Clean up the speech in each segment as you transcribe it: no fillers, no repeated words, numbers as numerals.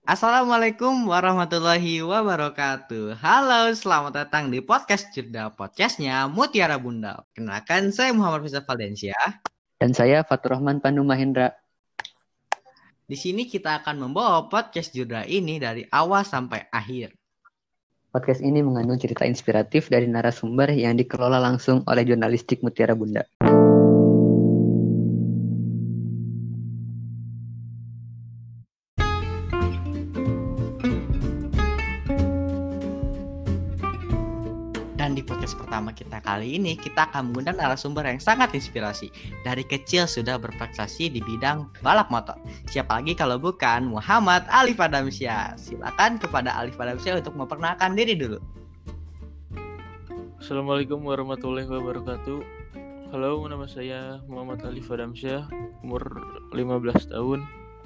Assalamualaikum warahmatullahi wabarakatuh. Halo, selamat datang di podcast Jeda Podcastnya Mutiara Bunda. Kenalkan, saya Muhammad Rizal Valdensia. Dan saya Fatur Rahman Pandu Mahendra. Di sini kita akan membawa podcast Jeda ini dari awal sampai akhir. Podcast ini mengandung cerita inspiratif dari narasumber yang dikelola langsung oleh jurnalistik Mutiara Bunda. Dan di podcast pertama kita kali ini, kita akan mengundang narasumber yang sangat inspirasi. Dari kecil sudah berprestasi di bidang balap motor. Siapa lagi kalau bukan Muhammad Alif Adamsyah. Silakan kepada Alif Adamsyah untuk memperkenalkan diri dulu. Assalamualaikum warahmatullahi wabarakatuh. Halo, nama saya Muhammad Alif Adamsyah, umur 15 tahun.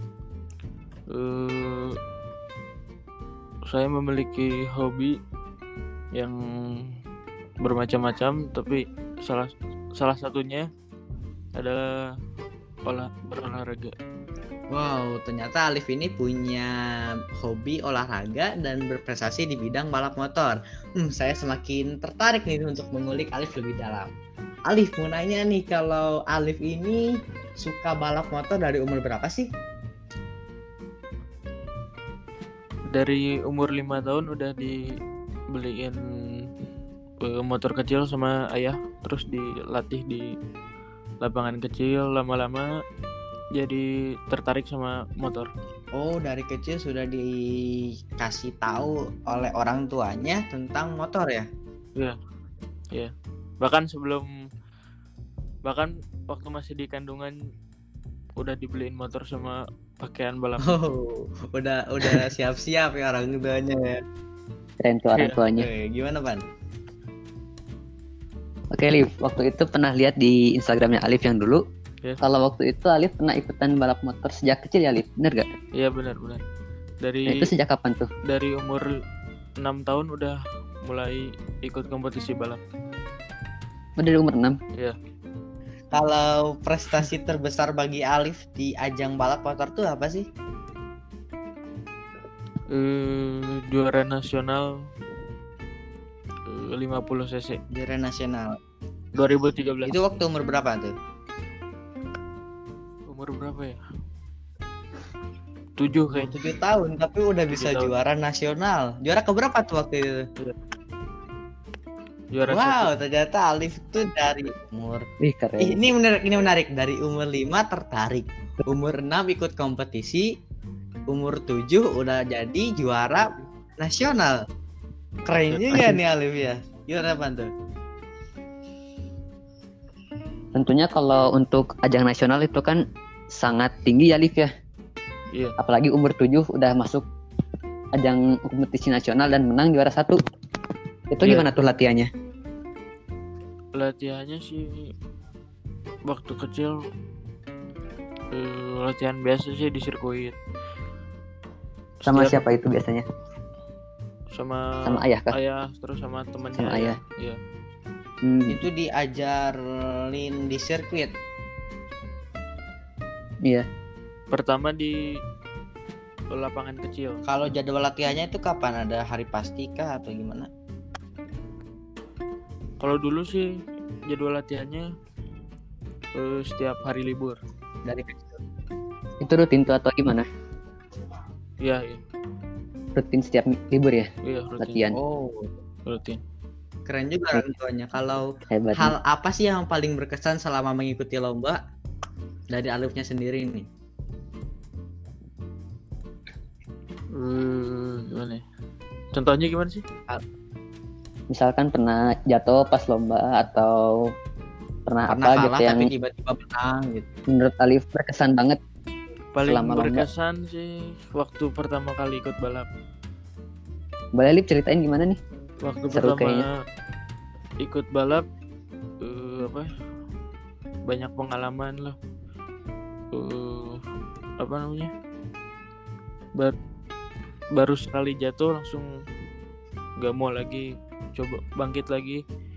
Saya memiliki hobi yang bermacam-macam, tapi salah satunya adalah berolahraga. Wow, ternyata Alif ini punya hobi olahraga dan berprestasi di bidang balap motor. Saya semakin tertarik nih untuk mengulik Alif lebih dalam. Alif, mau nanya nih, kalau Alif ini suka balap motor dari umur berapa sih? Dari umur 5 tahun udah dibeliin motor kecil sama ayah, terus dilatih di lapangan kecil. Lama-lama jadi tertarik sama motor. Oh, dari kecil sudah dikasih tahu oleh orang tuanya tentang motor ya? Iya. Bahkan waktu masih di kandungan udah dibeliin motor sama pakaian balap. Oh, udah siap-siap ya orang tuanya ya. Keren tuh orang tuanya. Gimana, Pan? Oke, Alif, waktu itu pernah lihat di Instagramnya Alif yang dulu. Yes. Kalau waktu itu Alif pernah ikutan balap motor sejak kecil ya, Alif? Bener gak? Iya, benar. Itu sejak kapan tuh? Dari umur 6 tahun udah mulai ikut kompetisi balap. Dari umur 6? Iya. Kalau prestasi terbesar bagi Alif di ajang balap motor tuh apa sih? Juara nasional 50 cc. Juara nasional 2013. Itu waktu umur berapa tuh? Umur berapa ya? 7 kayaknya. 7 tahun, tapi udah bisa 7 tahun. juara nasional. Juara keberapa tuh waktu itu? Juara wow, 1. ternyata Alif tuh dari umur keren. Ini menarik. Dari umur 5 tertarik, umur 6 ikut kompetisi, umur 7 udah jadi juara nasional. Keren juga nih Alif ya. Gimana apa tuh? Tentunya kalau untuk ajang nasional itu kan sangat tinggi ya, Alif ya. Iya. Apalagi umur 7 udah masuk ajang kompetisi nasional dan menang juara 1. Itu gimana tuh latihannya? Latihannya sih waktu kecil latihan biasa sih di sirkuit. Sama siapa itu biasanya? Sama ayah kah? Ayah, terus sama temannya. Sama ayah. Iya. Itu diajarin di sirkuit. Iya. Pertama di lapangan kecil. Kalau jadwal latihannya itu kapan? Ada hari pasti kah atau gimana? Kalau dulu sih jadwal latihannya setiap hari libur. Dari kecil. Itu rutin tuh atau gimana? Iya. Rutin setiap libur ya? Iya, rutin. Latihan. Oh, rutin. Keren juga orang tuanya. Kalau hebat. Hal apa sih yang paling berkesan selama mengikuti lomba dari Alifnya sendiri nih? Gimana ya? Contohnya gimana sih? Misalkan pernah jatuh pas lomba atau pernah apa kalah, gitu yang tapi tiba-tiba menang gitu. Menurut Alif berkesan banget. Paling selama berkesan lomba sih waktu pertama kali ikut balap. Boleh Alif ceritain gimana nih? Waktu Seru pertama kayaknya. Ikut balap banyak pengalaman lah. Apa namanya? Baru sekali jatuh langsung gak mau lagi, coba bangkit lagi,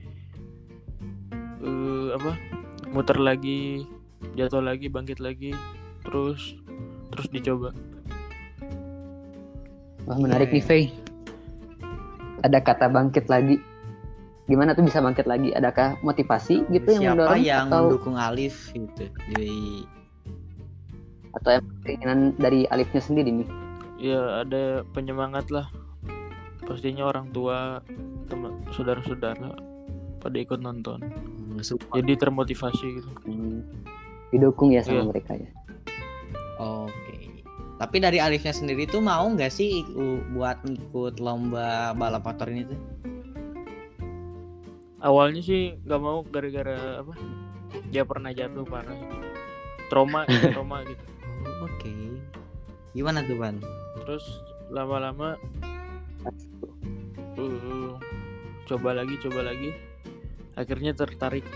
muter lagi, jatuh lagi, bangkit lagi, terus dicoba. Wah, menarik Iya, nih, Faye. Ada kata bangkit lagi. Gimana tuh bisa bangkit lagi? Adakah motivasi gitu yang Siapa mendorong yang atau mendukung Alif gitu emang keinginan dari Alifnya sendiri nih? Ya ada penyemangat lah, pastinya orang tua, teman, saudara-saudara pada ikut nonton, support. jadi termotivasi gitu. Didukung ya sama Iya. mereka ya. Oke. Tapi dari Alifnya sendiri tuh mau nggak sih buat ikut lomba balap motor ini tuh? Awalnya sih nggak mau gara-gara apa? Dia pernah jatuh parah, trauma gitu. Oh, oke. Gimana tuh, Ban? Terus lama-lama coba lagi, akhirnya tertarik.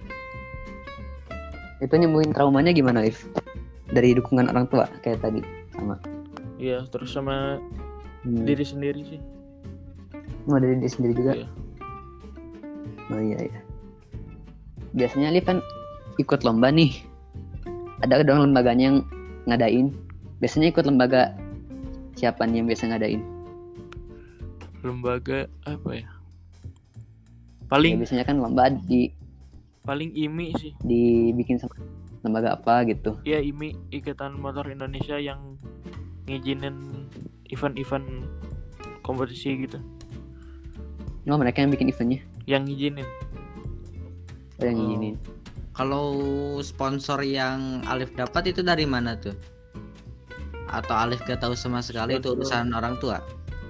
Itu nyembuhin traumanya gimana, Alif? Dari dukungan orang tua kayak tadi sama. Iya, terus sama diri sendiri sih. Mau dari diri sendiri juga. Iya. Oh iya. Biasanya Alif kan ikut lomba nih. Ada dong lembaganya yang ngadain. Biasanya ikut lembaga siapa nih yang biasa ngadain? Lembaga apa ya? Ya, Paling biasanya kan lomba IMI sih. dibikin sama lembaga apa gitu. Ya IMI, Ikatan Motor Indonesia, yang ngizinin event-event kompetisi gitu. Oh, mereka yang bikin eventnya. Yang ngizinin. Oh, yang ngizinin. Kalau sponsor yang Alif dapat itu dari mana tuh? Atau Alif gak tahu sama sekali itu urusan orang tua?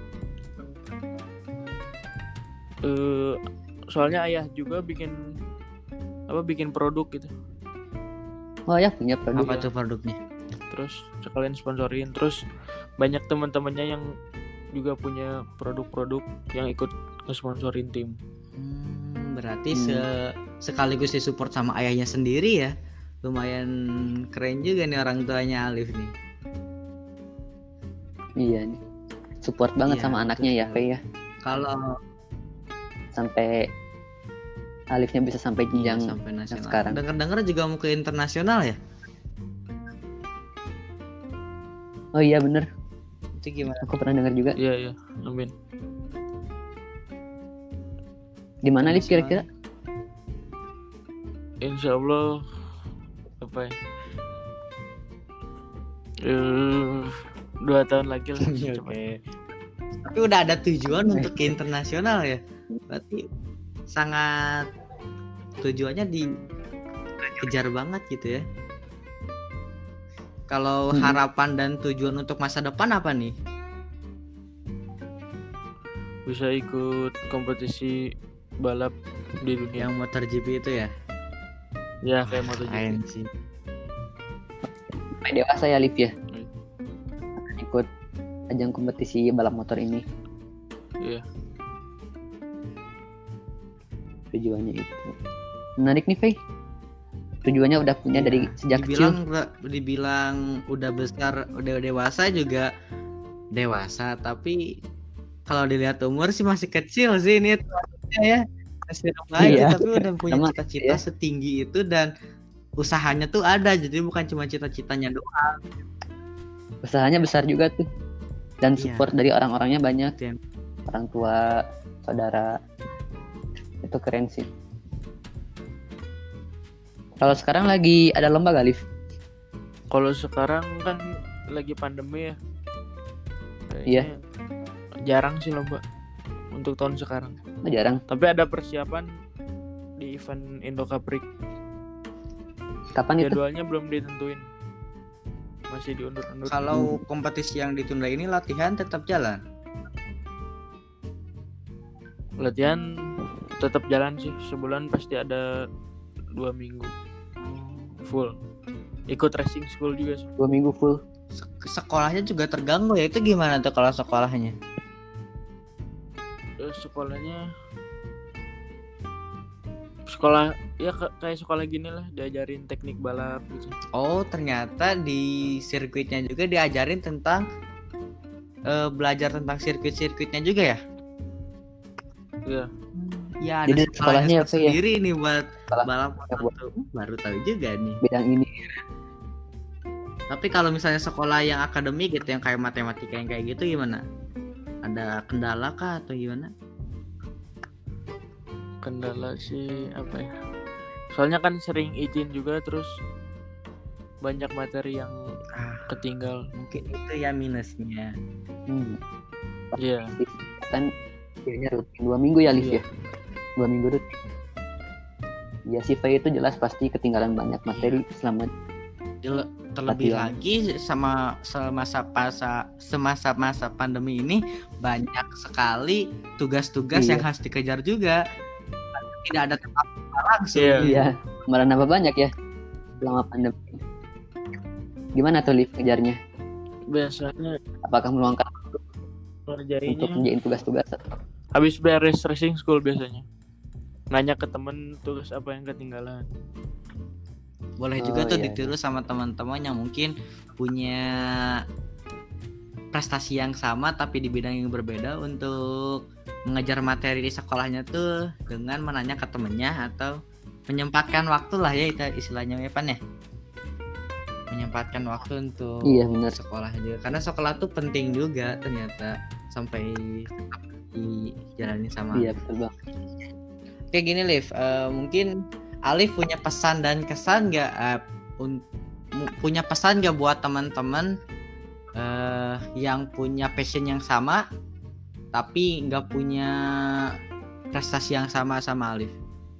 Soalnya ayah juga bikin produk gitu. Oh ya, punya produk. Apa tuh produknya? Terus sekalian sponsorin. Terus banyak teman-temannya yang juga punya produk-produk yang ikut nge-sponsorin tim. Berarti sekaligus disupport sama ayahnya sendiri ya. Lumayan keren juga nih orang tuanya Alif nih. Iya nih. Support banget Iya, sama anaknya ya, Faye ya. Kalau Sampai Alifnya bisa sampai jenjang sampai nasional. sekarang. Dengar-dengar juga mau ke internasional ya? Oh iya bener. Itu gimana? Aku pernah dengar juga. Iya, amin. Di mana Alif kira-kira? Insya Allah apa ya? 2 tahun lagi lah. Oke. Tapi udah ada tujuan untuk ke internasional ya? Berarti sangat tujuannya dikejar banget gitu ya. Kalau harapan dan tujuan untuk masa depan apa nih? Bisa ikut kompetisi balap di dunia. Yang MotoGP itu ya? Ya kayak MotoGP. Keren sih. Sampai dewasa ya Alif ya. Akan ikut ajang kompetisi balap motor ini. Iya. Tujuannya itu. Menarik nih, Faye. Tujuannya udah punya dari sejak kecil. Dibilang udah besar, udah dewasa juga dewasa, tapi kalau dilihat umur sih masih kecil sih ini ya. Masih remaja, Iya. tapi udah punya Sama, cita-cita ya. setinggi itu dan usahanya tuh ada, jadi bukan cuma cita-citanya doang. Usahanya besar juga tuh. Dan Iya. support dari orang-orangnya banyak. Itu yang- Orang tua, saudara. Itu keren sih. Kalau sekarang lagi ada lomba gak, Alif? Kalau sekarang kan lagi pandemi ya. Iya. Kayaknya jarang sih lomba untuk tahun sekarang. Oh, jarang. Tapi ada persiapan di event Indo Caprik. Kapan itu? Jadwalnya belum ditentuin. Masih diundur-undur. Kalau kompetisi yang ditunda ini latihan tetap jalan. Latihan tetap jalan sih. Sebulan pasti ada 2 minggu full. Ikut racing school juga sih. 2 minggu full. Sekolahnya juga terganggu ya. Itu gimana tuh kalau sekolahnya? Sekolahnya sekolah ya kayak sekolah gini lah, diajarin teknik balap gitu. Oh, ternyata di sirkuitnya juga diajarin tentang belajar tentang sirkuit-sirkuitnya juga ya? Iya. Ya, ada Jadi sekolahnya apa ya? sendiri nih buat Sekolah balap ya, buat- motor. Baru tahu juga nih. Bidang ini. Tapi kalau misalnya sekolah yang akademik gitu, yang kayak matematika yang kayak gitu gimana? Ada kendala kah atau gimana? Kendala sih apa ya? Soalnya kan sering izin juga, terus banyak materi yang ketinggal. Mungkin itu ya minusnya. Iya. Kan kayaknya rutin 2 minggu ya Liv Iya. ya. 2 minggu rutin. Ya si V itu jelas pasti ketinggalan banyak materi selama Terlebih latihan. lagi sama semasa pandemi ini banyak sekali tugas-tugas Iya. yang harus dikejar juga. Tidak ada tempat langsung. Iya. Iya, malah nambah banyak ya selama pandemi. Gimana tuh Liv ngejarnya? Biasanya Apakah meluangkan untuk ngerjainnya ngerjain tugas-tugas? habis beres racing school biasanya. Nanya ke temen tugas apa yang ketinggalan. Boleh juga Oh, tuh iya, ditiru sama teman-teman yang mungkin punya prestasi yang sama tapi di bidang yang berbeda untuk mengejar materi di sekolahnya tuh dengan menanya ke temennya atau menyempatkan waktu lah ya, itu istilahnya ya Pan ya. Menyempatkan waktu untuk Iya, benar. sekolah juga, karena sekolah tuh penting juga ternyata sampai tetap dijalani sama. Iya, betul Bang. Kayak gini Liv, mungkin Alif punya pesan dan kesan nggak, punya pesan nggak buat teman-teman yang punya passion yang sama tapi nggak punya prestasi yang sama Alif?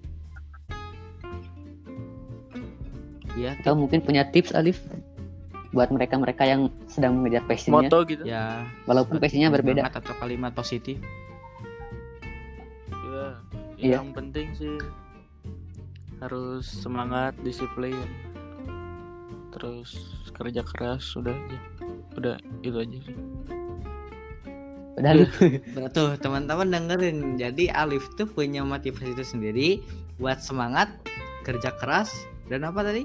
Ya, Atau mungkin punya tips Alif buat mereka-mereka yang sedang mengejar passionnya, Moto gitu. ya. walaupun passionnya berbeda. Semangat atau kalimat positif. Iya. Iya. Yang penting sih harus semangat, disiplin, terus kerja keras, udah itu aja sih. Padahal Tuh teman-teman dengerin, jadi Alif tuh punya motivasi itu sendiri buat semangat, kerja keras, dan apa tadi?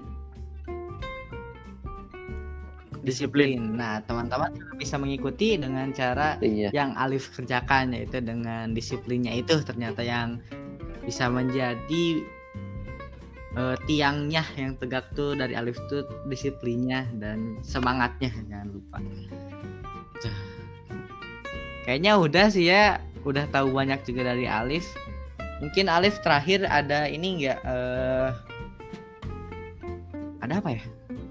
Disiplin. Nah teman-teman bisa mengikuti dengan cara iya. yang Alif kerjakan, yaitu dengan disiplinnya itu ternyata yang bisa menjadi tiangnya yang tegak tuh dari Alif tuh disiplinnya dan semangatnya, jangan lupa. Kayaknya udah sih ya, udah tahu banyak juga dari Alif. Mungkin Alif terakhir ada ini nggak, ada apa ya?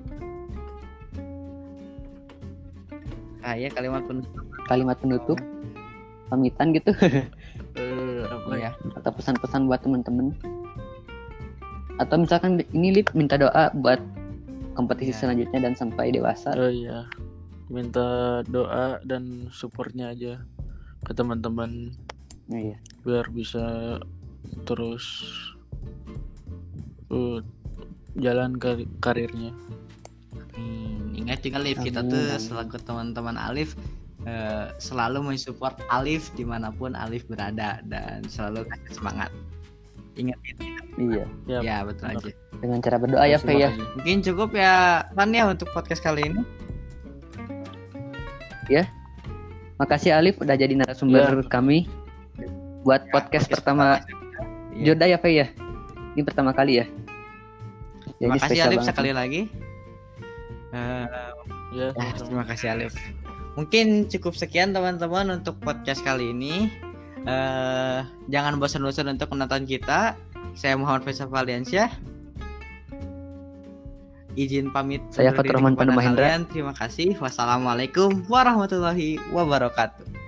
Kayak kalimat penutup, Pamitan gitu Apa ya. ya? atau pesan-pesan buat teman-teman. Atau misalkan ini Lip minta doa buat kompetisi Ya. selanjutnya dan sampai dewasa. Oh iya, minta doa dan supportnya aja ke teman-teman Iya. biar bisa terus jalan karirnya. Ingat juga Alif, kita Amin, tuh amin. selaku teman-teman Alif selalu mensupport Alif dimanapun Alif berada dan selalu kasih semangat. Ingat itu. Iya. Ya, Ya betul benar. aja. Dengan cara berdoa ya, Fe ya. Mungkin cukup ya Pan ya untuk podcast kali ini. Makasih Alif udah jadi narasumber kami buat podcast pertama Iya. Joda ya, Fe ya. Ini pertama kali ya. Terima kasih spesial Alif banget. sekali lagi. Ya, Terima kasih Alif. Mungkin cukup sekian teman-teman untuk podcast kali ini. Jangan bosan-bosan untuk menonton kita. Saya Muhammad Faisal Valiansyah. Izin pamit. Saya undur diri Fatur Rahman kepada Panu Mahendra. kalian. Terima kasih. Wassalamualaikum warahmatullahi wabarakatuh.